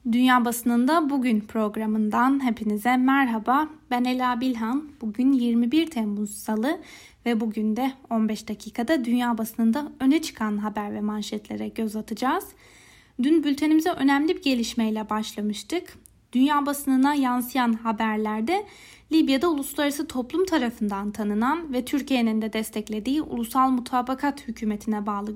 Dünya Basınında Bugün programından hepinize merhaba. Ben Ela Bilhan. Bugün 21 Temmuz Salı ve bugün de 15 dakikada dünya basınında öne çıkan haber ve manşetlere göz atacağız. Dün bültenimize önemli bir gelişmeyle başlamıştık. Dünya basınına yansıyan haberlerde Libya'da uluslararası toplum tarafından tanınan ve Türkiye'nin de desteklediği Ulusal Mutabakat Hükümeti'ne bağlı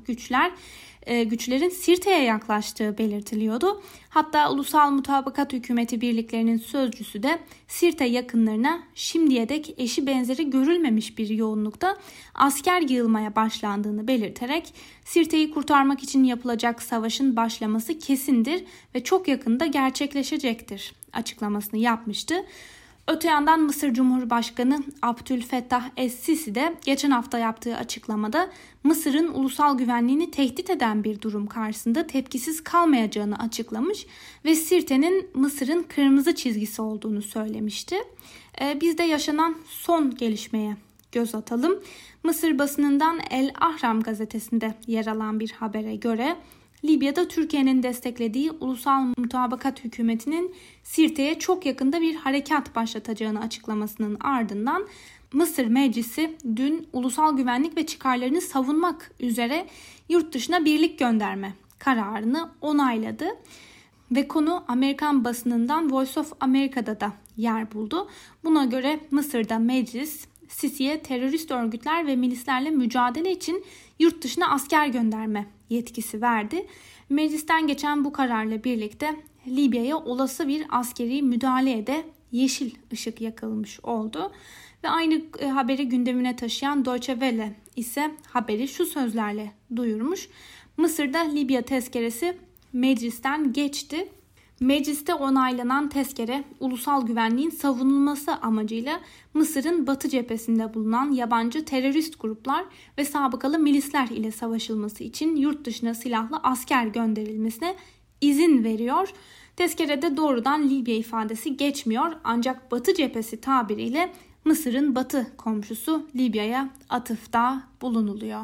güçlerin Sirte'ye yaklaştığı belirtiliyordu. Hatta Ulusal Mutabakat Hükümeti birliklerinin sözcüsü de Sirte yakınlarına şimdiye dek eşi benzeri görülmemiş bir yoğunlukta asker yığılmaya başlandığını belirterek Sirte'yi kurtarmak için yapılacak savaşın başlaması kesindir ve çok yakında gerçekleşecektir açıklamasını yapmıştı. Öte yandan Mısır Cumhurbaşkanı Abdülfettah Es-Sisi de geçen hafta yaptığı açıklamada Mısır'ın ulusal güvenliğini tehdit eden bir durum karşısında tepkisiz kalmayacağını açıklamış ve Sirte'nin Mısır'ın kırmızı çizgisi olduğunu söylemişti. Biz de yaşanan son gelişmeye göz atalım. Mısır basınından El Ahram gazetesinde yer alan bir habere göre Libya'da Türkiye'nin desteklediği Ulusal Mutabakat Hükümeti'nin Sirte'ye çok yakında bir harekat başlatacağını açıklamasının ardından Mısır Meclisi dün ulusal güvenlik ve çıkarlarını savunmak üzere yurt dışına birlik gönderme kararını onayladı. Ve konu Amerikan basınından Voice of America'da da yer buldu. Buna göre Mısır'da meclis Sisi'ye terörist örgütler ve milislerle mücadele için yurt dışına asker gönderme yetkisi verdi. Meclisten geçen bu kararla birlikte Libya'ya olası bir askeri müdahaleye de yeşil ışık yakılmış oldu. Ve aynı haberi gündemine taşıyan Deutsche Welle ise haberi şu sözlerle duyurmuş. Mısır'da Libya tezkeresi meclisten geçti. Mecliste onaylanan tezkere ulusal güvenliğin savunulması amacıyla Mısır'ın batı cephesinde bulunan yabancı terörist gruplar ve sabıkalı milisler ile savaşılması için yurt dışına silahlı asker gönderilmesine izin veriyor. Tezkerede doğrudan Libya ifadesi geçmiyor ancak batı cephesi tabiriyle Mısır'ın batı komşusu Libya'ya atıfta bulunuluyor.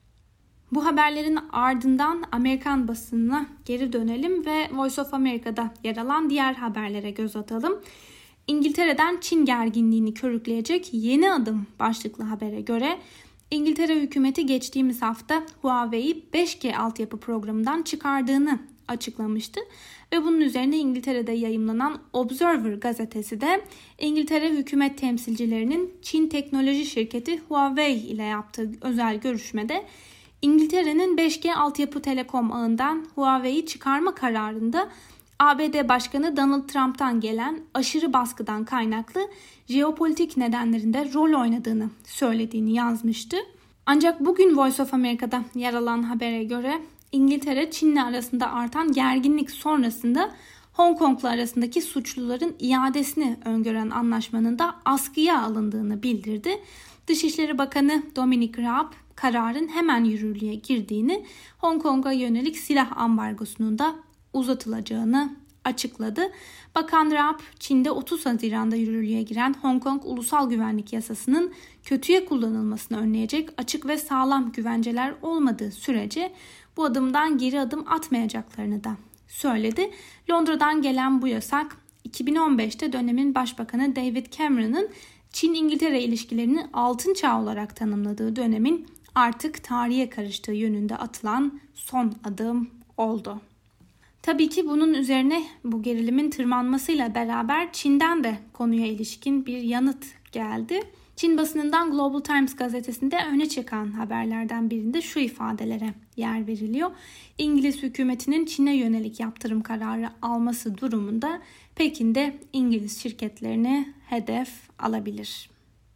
Bu haberlerin ardından Amerikan basınına geri dönelim ve Voice of America'da yer alan diğer haberlere göz atalım. İngiltere'den Çin gerginliğini körükleyecek yeni adım başlıklı habere göre İngiltere hükümeti geçtiğimiz hafta Huawei'yi 5G altyapı programından çıkardığını açıklamıştı. Ve bunun üzerine İngiltere'de yayımlanan Observer gazetesi de İngiltere hükümet temsilcilerinin Çin teknoloji şirketi Huawei ile yaptığı özel görüşmede İngiltere'nin 5G altyapı telekom ağından Huawei'yi çıkarma kararında ABD Başkanı Donald Trump'tan gelen aşırı baskıdan kaynaklı jeopolitik nedenlerinde rol oynadığını söylediğini yazmıştı. Ancak bugün Voice of America'da yer alan habere göre İngiltere Çin'le arasında artan gerginlik sonrasında Hong Kong'la arasındaki suçluların iadesini öngören anlaşmanın da askıya alındığını bildirdi. Dışişleri Bakanı Dominic Raab kararın hemen yürürlüğe girdiğini, Hong Kong'a yönelik silah ambargosunun da uzatılacağını açıkladı. Bakan Raab, Çin'de 30 Haziran'da yürürlüğe giren Hong Kong Ulusal Güvenlik Yasası'nın kötüye kullanılmasını önleyecek açık ve sağlam güvenceler olmadığı sürece bu adımdan geri adım atmayacaklarını da söyledi. Londra'dan gelen bu yasak 2015'te dönemin Başbakanı David Cameron'ın Çin-İngiltere ilişkilerini altın çağ olarak tanımladığı dönemin artık tarihe karıştığı yönünde atılan son adım oldu. Tabii ki bunun üzerine bu gerilimin tırmanmasıyla beraber Çin'den de konuya ilişkin bir yanıt geldi. Çin basınından Global Times gazetesinde öne çıkan haberlerden birinde şu ifadelere yer veriliyor. İngiliz hükümetinin Çin'e yönelik yaptırım kararı alması durumunda Pekin'de İngiliz şirketlerini hedef alabilir.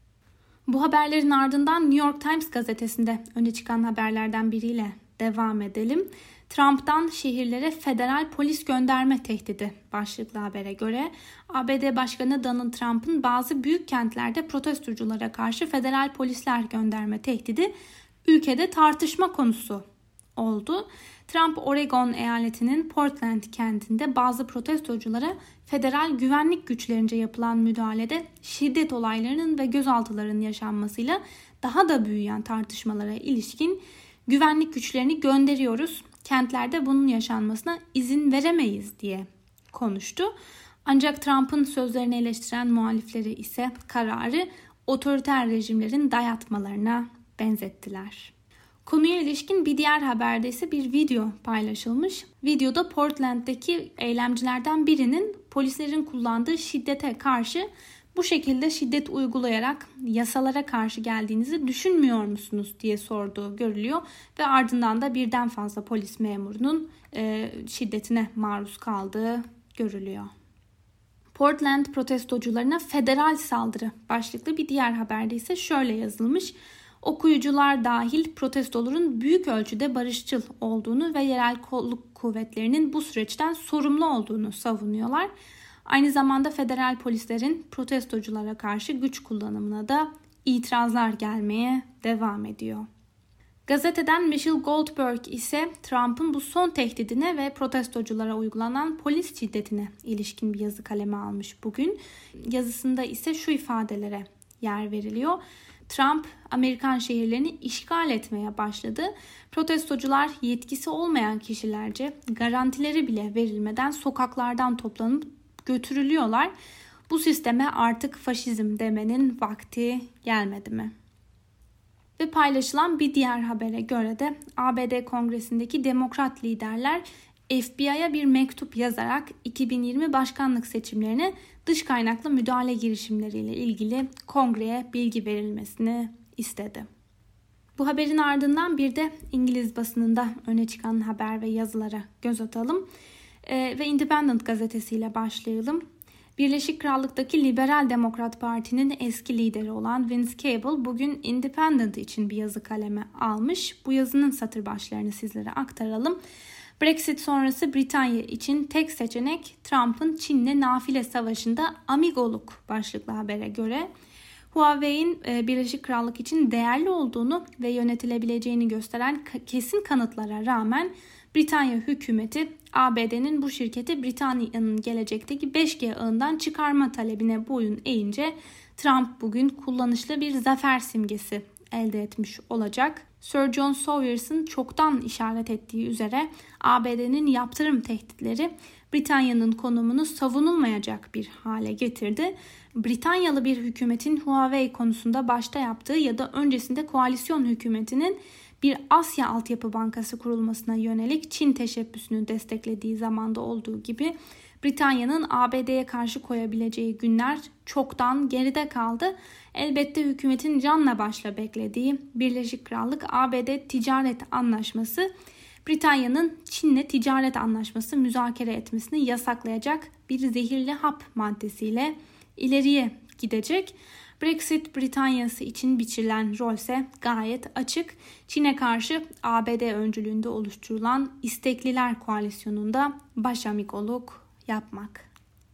Bu haberlerin ardından New York Times gazetesinde öne çıkan haberlerden biriyle devam edelim. Trump'tan şehirlere federal polis gönderme tehdidi başlıklı habere göre ABD Başkanı Donald Trump'ın bazı büyük kentlerde protestoculara karşı federal polisler gönderme tehdidi ülkede tartışma konusu oldu. Trump, Oregon eyaletinin Portland kentinde bazı protestoculara federal güvenlik güçlerince yapılan müdahalede şiddet olaylarının ve gözaltılarının yaşanmasıyla daha da büyüyen tartışmalara ilişkin güvenlik güçlerini gönderiyoruz, kentlerde bunun yaşanmasına izin veremeyiz diye konuştu. Ancak Trump'ın sözlerini eleştiren muhalifleri ise kararı otoriter rejimlerin dayatmalarına benzettiler. Konuya ilişkin bir diğer haberde ise bir video paylaşılmış. Videoda Portland'daki eylemcilerden birinin polislerin kullandığı şiddete karşı bu şekilde şiddet uygulayarak yasalara karşı geldiğinizi düşünmüyor musunuz diye sorduğu görülüyor ve ardından da birden fazla polis memurunun şiddetine maruz kaldığı görülüyor. Portland protestocularına federal saldırı başlıklı bir diğer haberde ise şöyle yazılmış. Okuyucular dahil protestoların büyük ölçüde barışçıl olduğunu ve yerel kolluk kuvvetlerinin bu süreçten sorumlu olduğunu savunuyorlar. Aynı zamanda federal polislerin protestoculara karşı güç kullanımına da itirazlar gelmeye devam ediyor. Gazeteden Michelle Goldberg ise Trump'ın bu son tehdidine ve protestoculara uygulanan polis şiddetine ilişkin bir yazı kaleme almış bugün. Yazısında ise şu ifadelere yer veriliyor. Trump, Amerikan şehirlerini işgal etmeye başladı. Protestocular yetkisi olmayan kişilerce garantileri bile verilmeden sokaklardan toplanıp götürülüyorlar. Bu sisteme artık faşizm demenin vakti gelmedi mi? Ve paylaşılan bir diğer habere göre de ABD Kongresi'ndeki Demokrat liderler FBI'ya bir mektup yazarak 2020 başkanlık seçimlerine dış kaynaklı müdahale girişimleriyle ilgili Kongre'ye bilgi verilmesini istedi. Bu haberin ardından bir de İngiliz basınında öne çıkan haber ve yazılara göz atalım. Ve Independent gazetesiyle başlayalım. Birleşik Krallık'taki Liberal Demokrat Parti'nin eski lideri olan Vince Cable bugün Independent için bir yazı kaleme almış. Bu yazının satır başlarını sizlere aktaralım. Brexit sonrası Britanya için tek seçenek Trump'ın Çin'le nafile savaşında amigoluk başlıklı habere göre Huawei'in Birleşik Krallık için değerli olduğunu ve yönetilebileceğini gösteren kesin kanıtlara rağmen Britanya hükümeti ABD'nin bu şirketi Britanya'nın gelecekteki 5G ağından çıkarma talebine boyun eğince Trump bugün kullanışlı bir zafer simgesi elde etmiş olacak. Sir John Sawyer's'ın çoktan işaret ettiği üzere ABD'nin yaptırım tehditleri Britanya'nın konumunu savunulmayacak bir hale getirdi. Britanyalı bir hükümetin Huawei konusunda başta yaptığı ya da öncesinde koalisyon hükümetinin bir Asya Altyapı Bankası kurulmasına yönelik Çin teşebbüsünü desteklediği zamanda olduğu gibi Britanya'nın ABD'ye karşı koyabileceği günler çoktan geride kaldı. Elbette hükümetin canla başla beklediği Birleşik Krallık ABD ticaret anlaşması Britanya'nın Çin'le ticaret anlaşması müzakere etmesini yasaklayacak bir zehirli hap maddesiyle ileriye gidecek. Brexit Britanya'sı için biçilen rol ise gayet açık. Çin'e karşı ABD öncülüğünde oluşturulan İstekliler Koalisyonu'nda başamigoluk yapmak.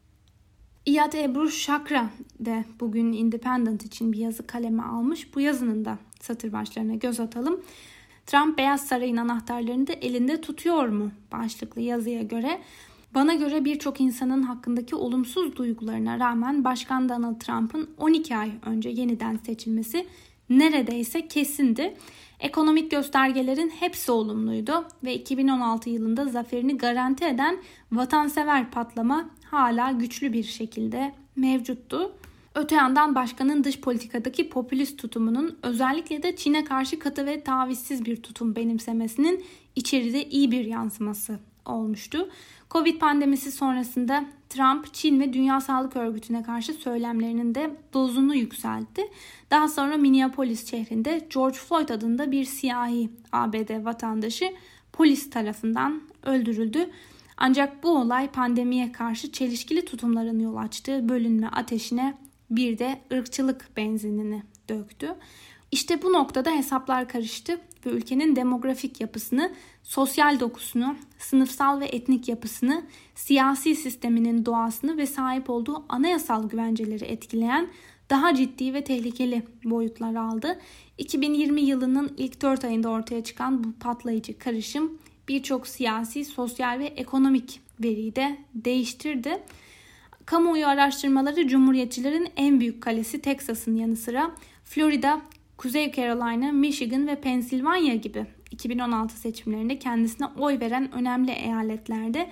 İyad Ebru Şakra de bugün Independent için bir yazı kaleme almış. Bu yazının da satır başlarına göz atalım. Trump Beyaz Saray'ın anahtarlarını da elinde tutuyor mu başlıklı yazıya göre bana göre birçok insanın hakkındaki olumsuz duygularına rağmen Başkan Donald Trump'ın 12 ay önce yeniden seçilmesi neredeyse kesindi. Ekonomik göstergelerin hepsi olumluydu ve 2016 yılında zaferini garanti eden vatansever patlama hala güçlü bir şekilde mevcuttu. Öte yandan başkanın dış politikadaki popülist tutumunun özellikle de Çin'e karşı katı ve tavizsiz bir tutum benimsemesinin içeride iyi bir yansıması olmuştu. Covid pandemisi sonrasında Trump, Çin ve Dünya Sağlık Örgütü'ne karşı söylemlerinin de dozunu yükseltti. Daha sonra Minneapolis şehrinde George Floyd adında bir siyahi ABD vatandaşı polis tarafından öldürüldü. Ancak bu olay pandemiye karşı çelişkili tutumların yol açtığı bölünme ateşine bir de ırkçılık benzinini döktü. İşte bu noktada hesaplar karıştı ve ülkenin demografik yapısını, sosyal dokusunu, sınıfsal ve etnik yapısını, siyasi sisteminin doğasını ve sahip olduğu anayasal güvenceleri etkileyen daha ciddi ve tehlikeli boyutlar aldı. 2020 yılının ilk 4 ayında ortaya çıkan bu patlayıcı karışım birçok siyasi, sosyal ve ekonomik veriyi de değiştirdi. Kamuoyu araştırmaları Cumhuriyetçilerin en büyük kalesi Teksas'ın yanı sıra Florida, Kuzey Carolina, Michigan ve Pensilvanya gibi 2016 seçimlerinde kendisine oy veren önemli eyaletlerde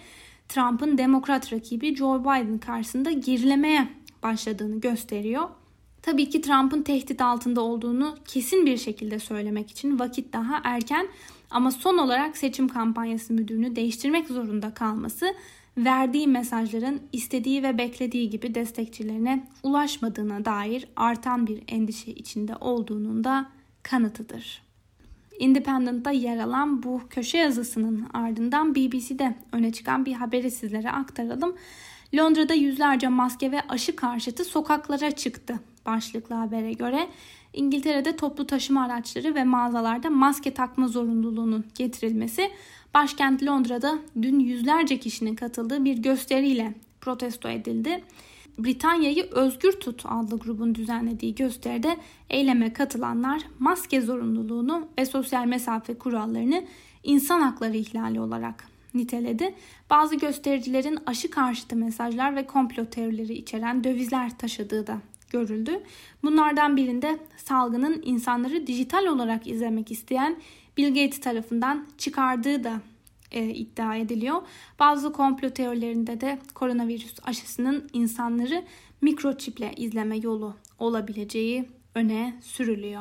Trump'ın demokrat rakibi Joe Biden karşısında gerilemeye başladığını gösteriyor. Tabii ki Trump'ın tehdit altında olduğunu kesin bir şekilde söylemek için vakit daha erken, ama son olarak seçim kampanyası müdürünü değiştirmek zorunda kalması verdiği mesajların istediği ve beklediği gibi destekçilerine ulaşmadığına dair artan bir endişe içinde olduğunun da kanıtıdır. Independent'ta yer alan bu köşe yazısının ardından BBC'de öne çıkan bir haberi sizlere aktaralım. Londra'da yüzlerce maske ve aşı karşıtı sokaklara çıktı başlıklı habere göre. İngiltere'de toplu taşıma araçları ve mağazalarda maske takma zorunluluğunun getirilmesi başkent Londra'da dün yüzlerce kişinin katıldığı bir gösteriyle protesto edildi. Britanya'yı Özgür Tut adlı grubun düzenlediği gösteride eyleme katılanlar maske zorunluluğunu ve sosyal mesafe kurallarını insan hakları ihlali olarak niteledi. Bazı göstericilerin aşı karşıtı mesajlar ve komplo teorileri içeren dövizler taşıdığı da görüldü. Bunlardan birinde salgının insanları dijital olarak izlemek isteyen Bill Gates tarafından çıkardığı da iddia ediliyor. Bazı komplo teorilerinde de koronavirüs aşısının insanları mikroçiple izleme yolu olabileceği öne sürülüyor.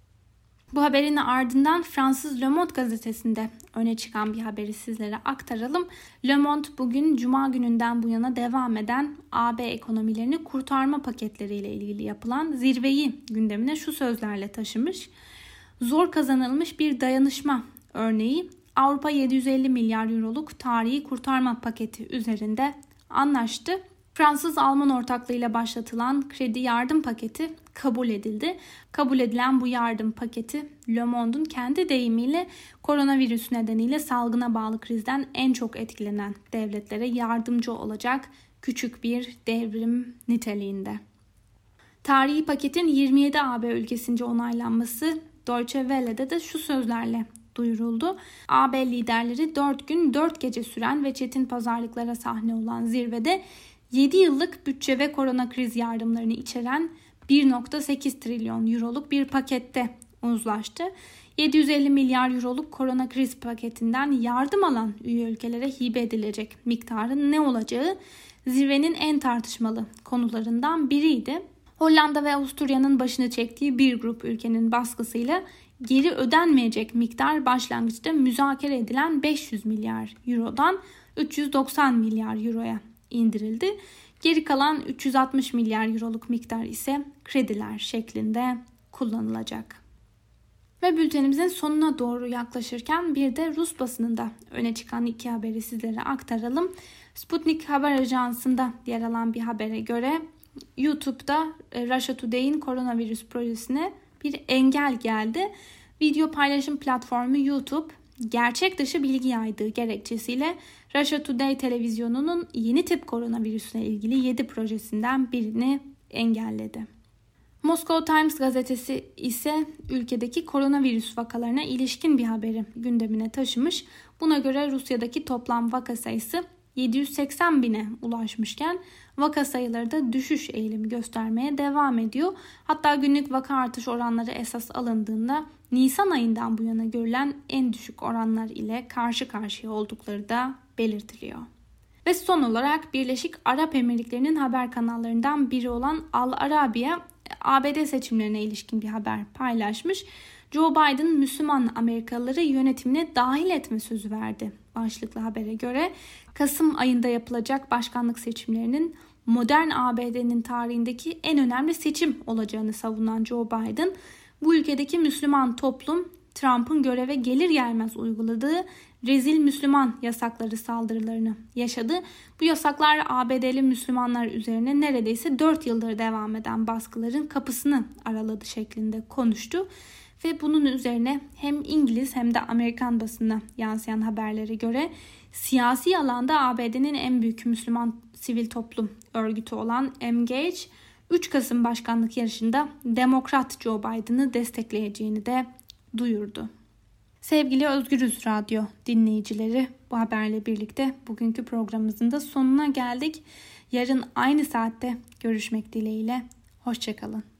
Bu haberin ardından Fransız Le Monde gazetesinde öne çıkan bir haberi sizlere aktaralım. Le Monde bugün Cuma gününden bu yana devam eden AB ekonomilerini kurtarma paketleriyle ilgili yapılan zirveyi gündemine şu sözlerle taşımış. Zor kazanılmış bir dayanışma örneği, Avrupa 750 milyar euroluk tarihi kurtarma paketi üzerinde anlaştı. Fransız-Alman ortaklığıyla başlatılan kredi yardım paketi kabul edildi. Kabul edilen bu yardım paketi Le Monde'un kendi deyimiyle koronavirüs nedeniyle salgına bağlı krizden en çok etkilenen devletlere yardımcı olacak küçük bir devrim niteliğinde. Tarihi paketin 27 AB ülkesince onaylanması Deutsche Welle'de de şu sözlerle duyuruldu. AB liderleri 4 gün 4 gece süren ve çetin pazarlıklara sahne olan zirvede 7 yıllık bütçe ve korona kriz yardımlarını içeren 1.8 trilyon euroluk bir pakette uzlaştı. 750 milyar euroluk korona kriz paketinden yardım alan üye ülkelere hibe edilecek miktarın ne olacağı zirvenin en tartışmalı konularından biriydi. Hollanda ve Avusturya'nın başını çektiği bir grup ülkenin baskısıyla geri ödenmeyecek miktar başlangıçta müzakere edilen 500 milyar eurodan 390 milyar euroya indirildi. Geri kalan 360 milyar euroluk miktar ise krediler şeklinde kullanılacak. Ve bültenimizin sonuna doğru yaklaşırken bir de Rus basınında öne çıkan iki haberi sizlere aktaralım. Sputnik Haber Ajansı'nda yer alan bir habere göre YouTube'da Russia Today'in koronavirüs projesine bir engel geldi. Video paylaşım platformu YouTube, gerçek dışı bilgi yaydığı gerekçesiyle Russia Today televizyonunun yeni tip koronavirüsle ilgili 7 projesinden birini engelledi. Moscow Times gazetesi ise ülkedeki koronavirüs vakalarına ilişkin bir haberi gündemine taşımış. Buna göre Rusya'daki toplam vaka sayısı 780 bine ulaşmışken vaka sayıları da düşüş eğilimi göstermeye devam ediyor. Hatta günlük vaka artış oranları esas alındığında Nisan ayından bu yana görülen en düşük oranlar ile karşı karşıya oldukları da belirtiliyor. Ve son olarak Birleşik Arap Emirlikleri'nin haber kanallarından biri olan Al Arabiya, ABD seçimlerine ilişkin bir haber paylaşmış. Joe Biden Müslüman Amerikalıları yönetimine dahil etme sözü verdi başlıklı habere göre. Kasım ayında yapılacak başkanlık seçimlerinin modern ABD'nin tarihindeki en önemli seçim olacağını savunan Joe Biden, bu ülkedeki Müslüman toplum Trump'ın göreve gelir gelmez uyguladığı rezil Müslüman yasakları saldırılarını yaşadı. Bu yasaklar ABD'li Müslümanlar üzerine neredeyse 4 yıldır devam eden baskıların kapısını araladı şeklinde konuştu. Ve bunun üzerine hem İngiliz hem de Amerikan basınına yansıyan haberlere göre siyasi alanda ABD'nin en büyük Müslüman sivil toplum örgütü olan Engage, 3 Kasım başkanlık yarışında Demokrat Joe Biden'ı destekleyeceğini de duyurdu. Sevgili Özgürüz Radyo dinleyicileri, bu haberle birlikte bugünkü programımızın da sonuna geldik. Yarın aynı saatte görüşmek dileğiyle. Hoşça kalın.